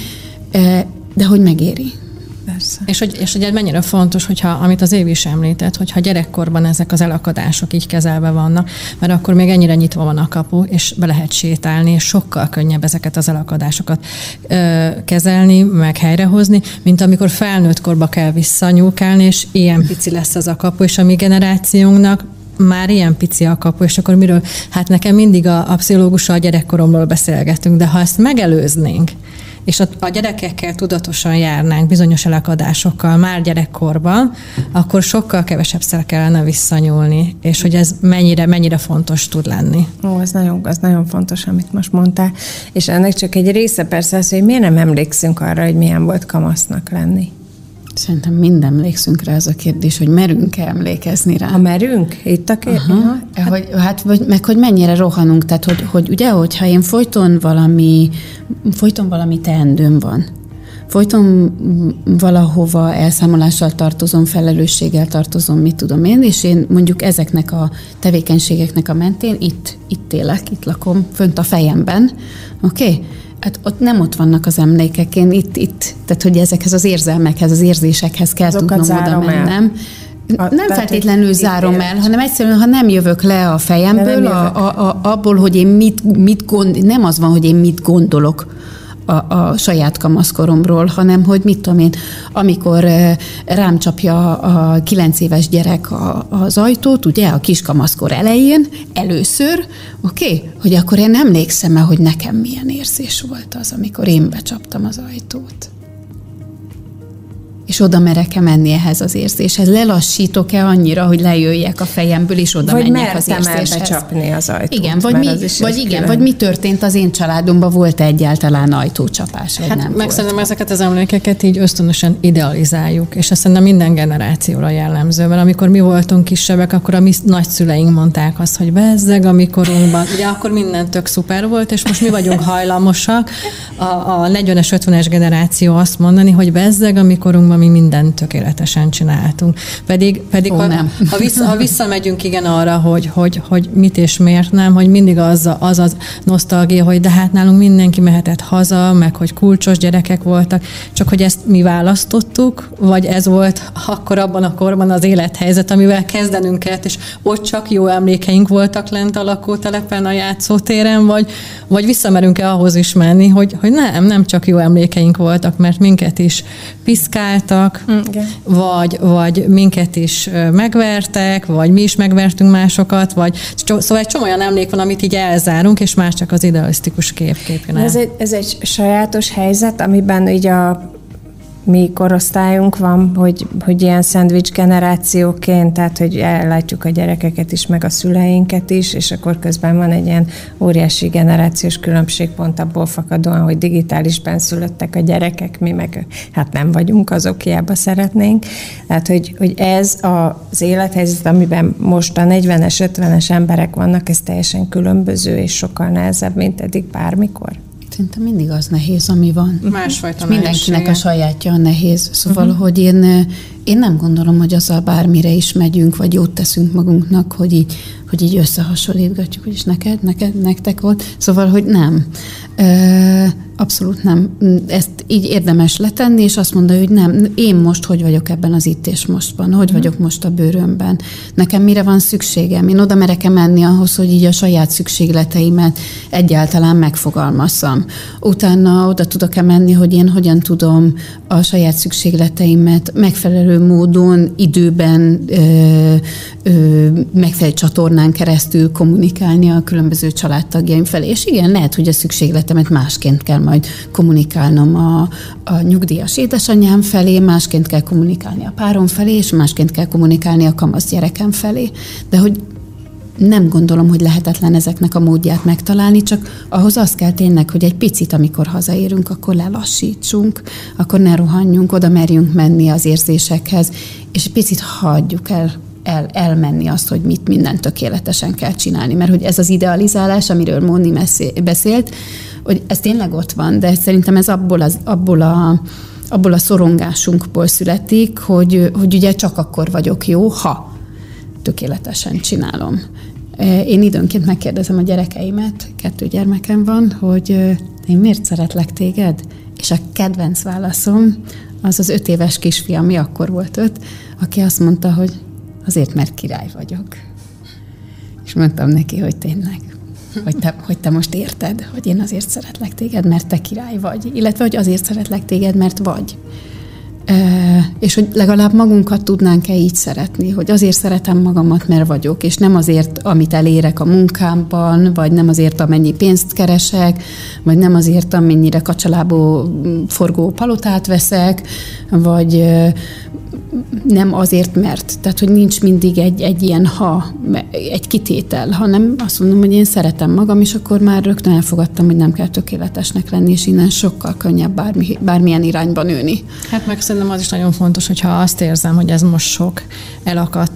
[SPEAKER 4] de hogy megéri.
[SPEAKER 3] Persze. És hogy, és hogy mennyire fontos, hogyha, amit az Évi is említett, hogyha gyerekkorban ezek az elakadások így kezelve vannak, mert akkor még ennyire nyitva van a kapu, és be lehet sétálni, és sokkal könnyebb ezeket az elakadásokat ö, kezelni, meg helyrehozni, mint amikor felnőtt korba kell visszanyúlkálni, és ilyen pici lesz az a kapu, és a mi generációnknak már ilyen pici a kapu, és akkor miről? Hát nekem mindig a, a pszichológussal a gyerekkoromról beszélgetünk, de ha ezt megelőznénk, és a, a gyerekekkel tudatosan járnánk bizonyos elakadásokkal már gyerekkorban, akkor sokkal kevesebbszer kellene visszanyúlni, és hogy ez mennyire, mennyire fontos tud lenni.
[SPEAKER 2] Ó, ez nagyon, ez nagyon fontos, amit most mondtál. És ennek csak egy része persze az, hogy miért nem emlékszünk arra, hogy milyen volt kamasznak lenni.
[SPEAKER 4] Szerintem mind emlékszünk rá, ez a kérdés, hogy merünk-e emlékezni rá.
[SPEAKER 2] Ha merünk? Itt a kérdés?
[SPEAKER 4] Hát, hogy, hát, vagy, meg hogy mennyire rohanunk, tehát hogy, hogy ugye, hogyha én folyton valami, folyton valami teendőm van, folyton valahova elszámolással tartozom, felelősséggel tartozom, mit tudom én, és én mondjuk ezeknek a tevékenységeknek a mentén itt, itt élek, itt lakom, fönt a fejemben, oké? Okay? Hát ott nem ott vannak az emlékek, én itt, itt, tehát hogy ezekhez az érzelmekhez, az érzésekhez kell
[SPEAKER 2] Azokat
[SPEAKER 4] tudnom oda mennem. A, nem tehát, feltétlenül zárom el, hanem egyszerűen, ha nem jövök le a fejemből, a, a, a, abból, hogy én mit, mit gond, nem az van, hogy én mit gondolok a, a saját kamaszkoromról, hanem hogy mit tudom én, amikor rám csapja a kilenc éves gyerek a, az ajtót, ugye a kiskamaszkor elején, először, oké, okay, hogy akkor én emlékszem el, hogy nekem milyen érzés volt az, amikor én becsaptam az ajtót. És oda merek-e menni ehhez az érzéshez? Lelassítok-e annyira, hogy lejöjjek a fejemből, és oda
[SPEAKER 2] vagy
[SPEAKER 4] menjek az érzéshez?
[SPEAKER 2] Vagy becsapni az ajtót.
[SPEAKER 4] Igen, vagy, mi, vagy, igen vagy mi történt az én családomban, volt egyáltalán ajtócsapás, vagy
[SPEAKER 3] hát
[SPEAKER 4] nem
[SPEAKER 3] meg szerintem
[SPEAKER 4] volt.
[SPEAKER 3] ezeket az emlékeket így ösztönösen idealizáljuk, és ezt szerintem minden generációra jellemző, mert amikor mi voltunk kisebbek, akkor a mi nagyszüleink mondták azt, hogy bezzeg a mi korunkban. Ugye akkor minden tök szuper volt, és most mi vagyunk hajlamosak a, a negyvenes, ötvenes generáció azt mondani, hogy bezzeg a mi korunkban mi mindent tökéletesen csináltunk. Pedig, pedig
[SPEAKER 4] Ó,
[SPEAKER 3] ha,
[SPEAKER 4] nem.
[SPEAKER 3] ha, vissza, ha visszamegyünk igen arra, hogy, hogy, hogy mit és miért nem, hogy mindig az az, az nosztalgia, hogy de hát nálunk mindenki mehetett haza, meg hogy kulcsos gyerekek voltak, csak hogy ezt mi választottuk, vagy ez volt akkor abban a korban az élethelyzet, amivel kezdenünk kellett, és ott csak jó emlékeink voltak lent a lakótelepen, a játszótéren, vagy, vagy visszamerünk-e ahhoz is menni, hogy, hogy nem, nem csak jó emlékeink voltak, mert minket is piszkáltak, Mm, vagy, vagy minket is megvertek, vagy mi is megvertünk másokat, vagy szóval egy csomó olyan emlék van, amit így elzárunk, és más csak az idealisztikus kép képén el.
[SPEAKER 2] Ez egy, ez egy sajátos helyzet, amiben így a mi korosztályunk van, hogy, hogy ilyen szendvics generációként, tehát hogy ellátjuk a gyerekeket is, meg a szüleinket is, és akkor közben van egy ilyen óriási generációs különbség pont abból fakadóan, hogy digitálisban születtek a gyerekek, mi meg hát nem vagyunk azok, hiába szeretnénk. Tehát, hogy, hogy ez az élethelyzet, amiben most a negyvenes, ötvenes emberek vannak, ez teljesen különböző, és sokkal nehezebb, mint eddig bármikor.
[SPEAKER 4] Szerintem mindig az nehéz, ami van.
[SPEAKER 3] Másfajta
[SPEAKER 4] mindenkinek a sajátja a nehéz. Szóval, uh-huh. hogy én, én nem gondolom, hogy azzal bármire is megyünk, vagy jót teszünk magunknak, hogy így, hogy így összehasonlítgatjuk, hogy is neked, neked, nektek volt. Szóval, hogy nem. Abszolút nem. Ezt így érdemes letenni, és azt mondani, hogy nem, én most hogy vagyok ebben az itt és mostban, hogy vagyok most a bőrömben. Nekem mire van szükségem? Én oda merek-e menni ahhoz, hogy így a saját szükségleteimet egyáltalán megfogalmazzam. Utána oda tudok-e menni, hogy én hogyan tudom a saját szükségleteimet megfelelő módon, időben, ö, ö, megfelelő csatornán keresztül kommunikálni a különböző családtagjaim felé. És igen, lehet, hogy a szükségletemet másként kell majd kommunikálnom a, a nyugdíjas édesanyám felé, másként kell kommunikálni a párom felé, és másként kell kommunikálni a kamasz gyerekem felé. De hogy nem gondolom, hogy lehetetlen ezeknek a módját megtalálni, csak ahhoz az kell tényleg, hogy egy picit, amikor hazaérünk, akkor lelassítsunk, akkor ne rohanjunk, oda merjünk menni az érzésekhez, és egy picit hagyjuk el El, elmenni azt, hogy mit mindent tökéletesen kell csinálni. Mert hogy ez az idealizálás, amiről Móni beszélt, hogy ez tényleg ott van, de szerintem ez abból, az, abból, a, abból a szorongásunkból születik, hogy, hogy ugye csak akkor vagyok jó, ha tökéletesen csinálom. Én időnként megkérdezem a gyerekeimet, kettő gyermekem van, hogy én miért szeretlek téged? És a kedvenc válaszom az az öt éves kisfiam, mi akkor volt öt, aki azt mondta, hogy azért, mert király vagyok. És mondtam neki, hogy tényleg, hogy te, hogy te most érted, hogy én azért szeretlek téged, mert te király vagy. Illetve, hogy azért szeretlek téged, mert vagy. E, és hogy legalább magunkat tudnánk-e így szeretni, hogy azért szeretem magamat, mert vagyok, és nem azért, amit elérek a munkámban, vagy nem azért, amennyi pénzt keresek, vagy nem azért, amennyire kacsalábú forgó palotát veszek, vagy nem azért, mert. Tehát, hogy nincs mindig egy, egy ilyen ha, egy kitétel, hanem azt mondom, hogy én szeretem magam, és akkor már rögtön elfogadtam, hogy nem kell tökéletesnek lenni, és innen sokkal könnyebb bármi, bármilyen irányba nőni.
[SPEAKER 3] Hát meg szerintem az is nagyon fontos, hogyha azt érzem, hogy ez most sok, elakadt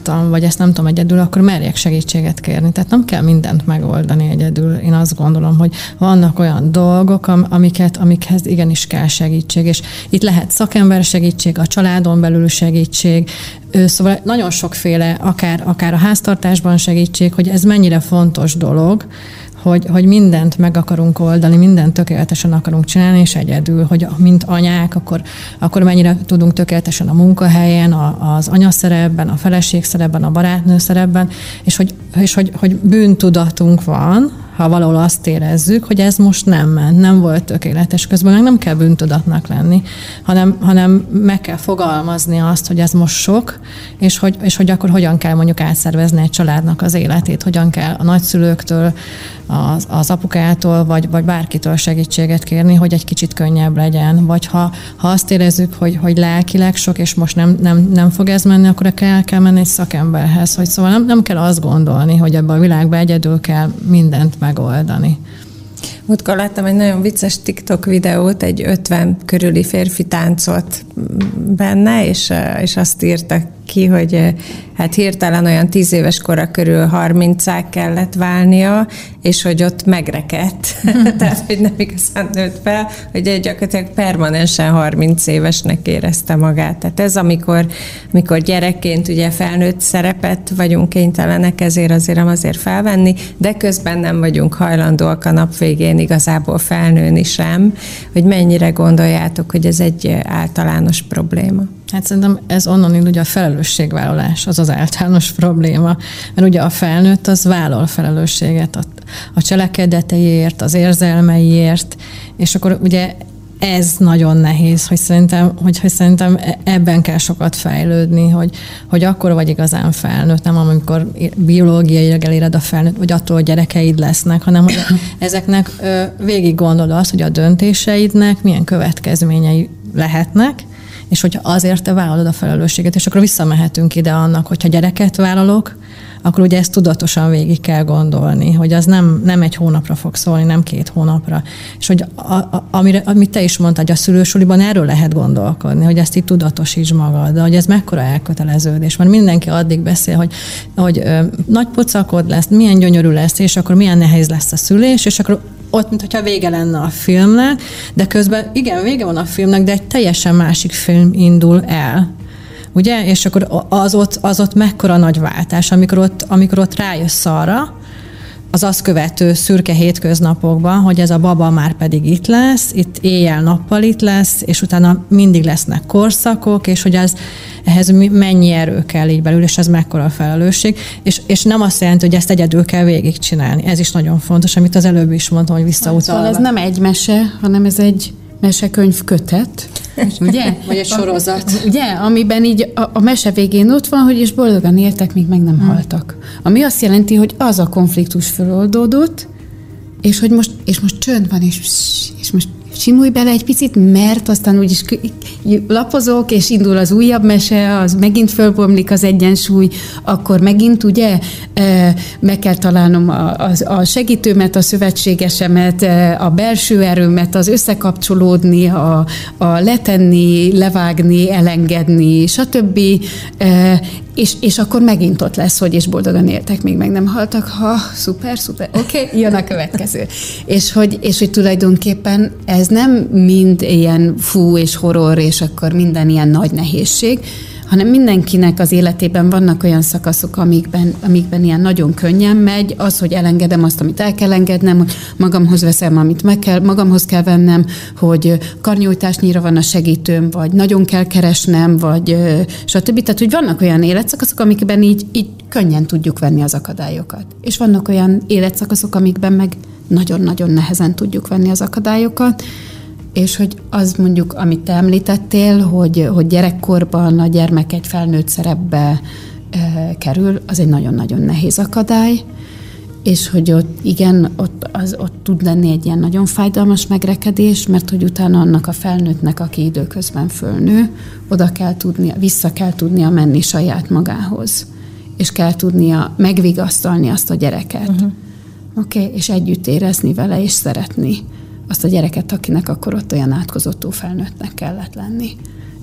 [SPEAKER 3] láttam, vagy ezt nem tudom egyedül, akkor merjek segítséget kérni. Tehát nem kell mindent megoldani egyedül. Én azt gondolom, hogy vannak olyan dolgok, amiket, amikhez igenis kell segítség, és itt lehet szakember segítség, a családon belül segítség, szóval nagyon sokféle, akár, akár a háztartásban segítség, hogy ez mennyire fontos dolog, Hogy, hogy mindent meg akarunk oldani, mindent tökéletesen akarunk csinálni, és egyedül, hogy mint anyák, akkor, akkor mennyire tudunk tökéletesen a munkahelyen, a, az anyaszerepben, a feleségszerepben, a barátnőszerepben, és hogy, és hogy, hogy bűntudatunk van, ha valahol azt érezzük, hogy ez most nem ment, nem volt tökéletes. Közben meg nem kell bűntudatnak lenni, hanem, hanem meg kell fogalmazni azt, hogy ez most sok, és hogy, és hogy akkor hogyan kell mondjuk átszervezni egy családnak az életét, hogyan kell a nagyszülőktől, az, az apukától, vagy, vagy bárkitől segítséget kérni, hogy egy kicsit könnyebb legyen. Vagy ha, ha azt érezzük, hogy, hogy lelkileg sok, és most nem, nem, nem fog ez menni, akkor kell, kell menni egy szakemberhez. Hogy szóval nem, nem kell azt gondolni, hogy ebben a világban egyedül kell mindent megoldani.
[SPEAKER 2] Múltkor láttam egy nagyon vicces TikTok videót, egy ötven körüli férfi táncolt benne, és, és azt írtak ki, hogy hát hirtelen olyan tíz éves kora körül harmincá kellett válnia, és hogy ott megrekedt. Tehát, hogy nem igazán nőtt fel, hogy gyakorlatilag permanensen harminc évesnek érezte magát. Tehát ez, amikor, amikor gyerekként ugye felnőtt szerepet vagyunk kénytelenek ezért azért azért felvenni, de közben nem vagyunk hajlandóak a nap végén igazából felnőni sem, hogy mennyire gondoljátok, hogy ez egy általános probléma.
[SPEAKER 3] Hát szerintem ez onnan indul, ugye a felelősségvállalás, az az általános probléma. Mert ugye a felnőtt az vállal felelősséget a, a cselekedeteiért, az érzelmeiért, és akkor ugye ez nagyon nehéz, hogy szerintem, hogy, hogy szerintem ebben kell sokat fejlődni, hogy, hogy akkor vagy igazán felnőtt, nem amikor biológiailag eléred a felnőtt, vagy attól, hogy gyerekeid lesznek, hanem hogy ezeknek végig gondolod azt, hogy a döntéseidnek milyen következményei lehetnek, és hogyha azért te vállalod a felelősséget, és akkor visszamehetünk ide annak, hogyha gyereket vállalok, akkor ugye ezt tudatosan végig kell gondolni, hogy az nem, nem egy hónapra fog szólni, nem két hónapra. És hogy a, a, amire, amit te is mondtad, hogy a szülősuliban erről lehet gondolkodni, hogy ezt így tudatosíts magad, de hogy ez mekkora elköteleződés. Mert mindenki addig beszél, hogy, hogy ö, nagy pocakod lesz, milyen gyönyörű lesz, és akkor milyen nehéz lesz a szülés, és akkor ott, mintha vége lenne a filmnek, de közben igen, vége van a filmnek, de egy teljesen másik film indul el. Ugye? És akkor az ott, az ott mekkora nagy váltás, amikor ott, amikor ott rájössz arra, az azt követő szürke hétköznapokban, hogy ez a baba már pedig itt lesz, itt éjjel-nappal itt lesz, és utána mindig lesznek korszakok, és hogy ez, ehhez mennyi erő kell így belül, és ez mekkora felelősség. És, és nem azt jelenti, hogy ezt egyedül kell végigcsinálni. Ez is nagyon fontos, amit az előbb is mondtam, hogy visszautalva.
[SPEAKER 4] Szóval ez nem egy mese, hanem ez egy mesekönyv kötet, ugye?
[SPEAKER 3] Vagy egy sorozat.
[SPEAKER 4] Ugye? Amiben így a, a mese végén ott van, hogy és boldogan éltek, míg meg nem hmm. haltak. Ami azt jelenti, hogy az a konfliktus föloldódott, és hogy most, és most csönd van, és, és most simulj bele egy picit, mert aztán úgyis lapozok, és indul az újabb mese, az megint fölbomlik az egyensúly, akkor megint ugye meg kell találnom a, a, a segítőmet, a szövetségesemet, a belső erőmet, az összekapcsolódni, a, a letenni, levágni, elengedni, stb. És, és akkor megint ott lesz, hogy és boldogan éltek, még meg nem haltak. Ha, szuper, szuper, oké, okay, jön a következő. és, hogy, és hogy tulajdonképpen ez nem mind ilyen fú és horror, és akkor minden ilyen nagy nehézség, hanem mindenkinek az életében vannak olyan szakaszok, amikben, amikben ilyen nagyon könnyen megy, az, hogy elengedem azt, amit el kell engednem, hogy magamhoz veszem, amit meg kell, magamhoz kell vennem, hogy karnyújtásnyira van a segítőm, vagy nagyon kell keresnem, vagy stb. Tehát, hogy vannak olyan életszakaszok, amikben így, így könnyen tudjuk venni az akadályokat. És vannak olyan életszakaszok, amikben meg nagyon-nagyon nehezen tudjuk venni az akadályokat, és hogy az mondjuk, amit te említettél, hogy, hogy gyerekkorban a gyermek egy felnőtt szerepbe e, kerül, az egy nagyon-nagyon nehéz akadály, és hogy ott igen, ott, az, ott tud lenni egy ilyen nagyon fájdalmas megrekedés, mert hogy utána annak a felnőttnek, aki időközben fölnő, oda kell tudnia, vissza kell tudnia menni saját magához, és kell tudnia megvigasztalni azt a gyereket. Uh-huh. Oké, okay? És együtt érezni vele, és szeretni azt a gyereket, akinek akkor ott olyan átkozottó felnőttnek kellett lenni.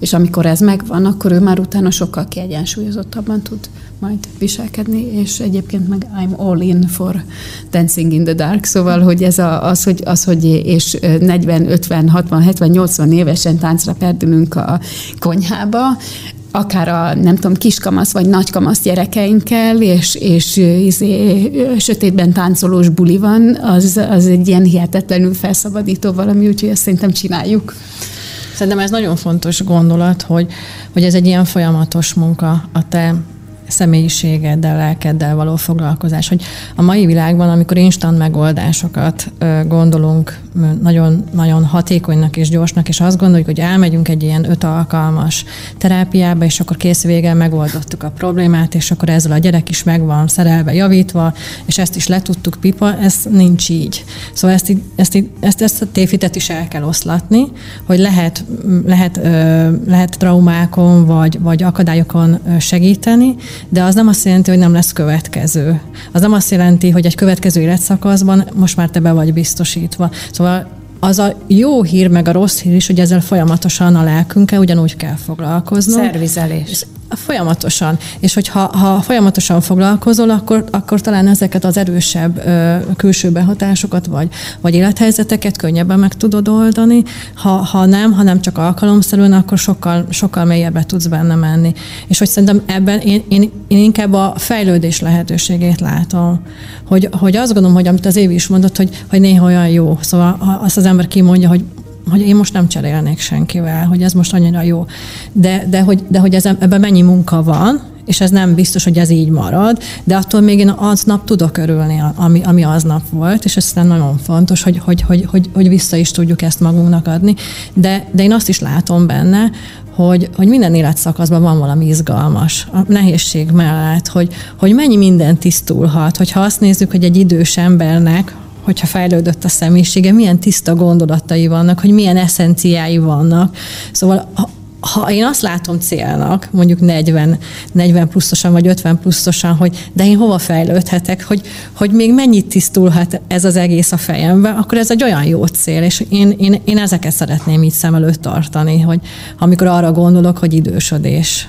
[SPEAKER 4] És amikor ez megvan, akkor ő már utána sokkal kiegyensúlyozottabban tud majd viselkedni, és egyébként meg I'm all in for Dancing in the Dark, szóval, hogy ez a, az, hogy, az, hogy és negyven, ötven, hatvan, hetven, nyolcvan évesen táncra perdülünk a konyhába, akár a, nem tudom, kiskamasz vagy nagykamasz gyerekeinkkel, és, és izé, sötétben táncolós buli van, az, az egy ilyen hihetetlenül felszabadító valami, úgyhogy ezt szerintem csináljuk.
[SPEAKER 3] Szerintem ez nagyon fontos gondolat, hogy, hogy ez egy ilyen folyamatos munka a te személyiségeddel, lelkeddel való foglalkozás, hogy a mai világban, amikor instant megoldásokat gondolunk nagyon, nagyon hatékonynak és gyorsnak, és azt gondoljuk, hogy elmegyünk egy ilyen öt alkalmas terápiába, és akkor kész vége megoldottuk a problémát, és akkor ezzel a gyerek is meg van szerelve, javítva, és ezt is letudtuk, pipa, ez nincs így. Szóval ezt, ezt, ezt, ezt a tévhitet is el kell oszlatni, hogy lehet, lehet, lehet traumákon, vagy, vagy akadályokon segíteni, de az nem azt jelenti, hogy nem lesz következő. Az nem azt jelenti, hogy egy következő életszakaszban most már te be vagy biztosítva. Szóval az a jó hír, meg a rossz hír is, hogy ezzel folyamatosan a lelkünkkel ugyanúgy kell foglalkoznunk.
[SPEAKER 2] Szervizelés.
[SPEAKER 3] Folyamatosan. És hogyha ha folyamatosan foglalkozol, akkor, akkor talán ezeket az erősebb ö, külső behatásokat, vagy, vagy élethelyzeteket könnyebben meg tudod oldani. Ha, ha nem, ha nem csak alkalomszerűen, akkor sokkal, sokkal mélyebbre tudsz benne menni. És hogy szerintem ebben én, én, én inkább a fejlődés lehetőségét látom. Hogy, hogy azt gondolom, hogy amit az Évi is mondott, hogy, hogy néha olyan jó. Szóval azt az ember kimondja, hogy hogy én most nem cserélnék senkivel, hogy ez most annyira jó. De, de, hogy, de hogy ez, ebben mennyi munka van, és ez nem biztos, hogy ez így marad, de attól még én aznap tudok örülni, ami, ami aznap volt, és ez szerintem nagyon fontos, hogy, hogy, hogy, hogy, hogy vissza is tudjuk ezt magunknak adni. De, de én azt is látom benne, hogy, hogy minden életszakaszban van valami izgalmas. A nehézség mellett, hogy, hogy mennyi minden tisztulhat. Hogyha azt nézzük, hogy egy idős embernek, hogyha fejlődött a személyisége, milyen tiszta gondolatai vannak, hogy milyen eszenciái vannak. Szóval ha, ha én azt látom célnak, mondjuk negyven, negyven pluszosan vagy ötven pluszosan, hogy de én hova fejlődhetek, hogy, hogy még mennyit tisztulhat ez az egész a fejembe, akkor ez egy olyan jó cél, és én, én, én ezeket szeretném így szem előtt tartani, hogy amikor arra gondolok, hogy idősödés.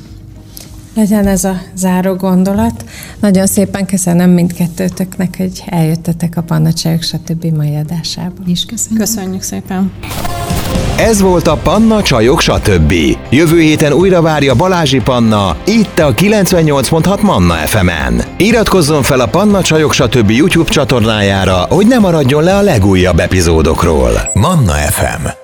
[SPEAKER 2] Legyen ez a záró gondolat. Nagyon szépen köszönöm mindkettőtöknek, hogy eljöttetek a Panna Csajok stb. Mai adásába.
[SPEAKER 4] És köszönjük.
[SPEAKER 3] Köszönjük szépen.
[SPEAKER 1] Ez volt a Panna Csajok stb. Jövő héten újra várja Balázsi Panna, itt a kilencvennyolc pont hat Manna ef emen. Iratkozzon fel a Panna Csajok stb. YouTube csatornájára, hogy ne maradjon le a legújabb epizódokról. Manna ef em.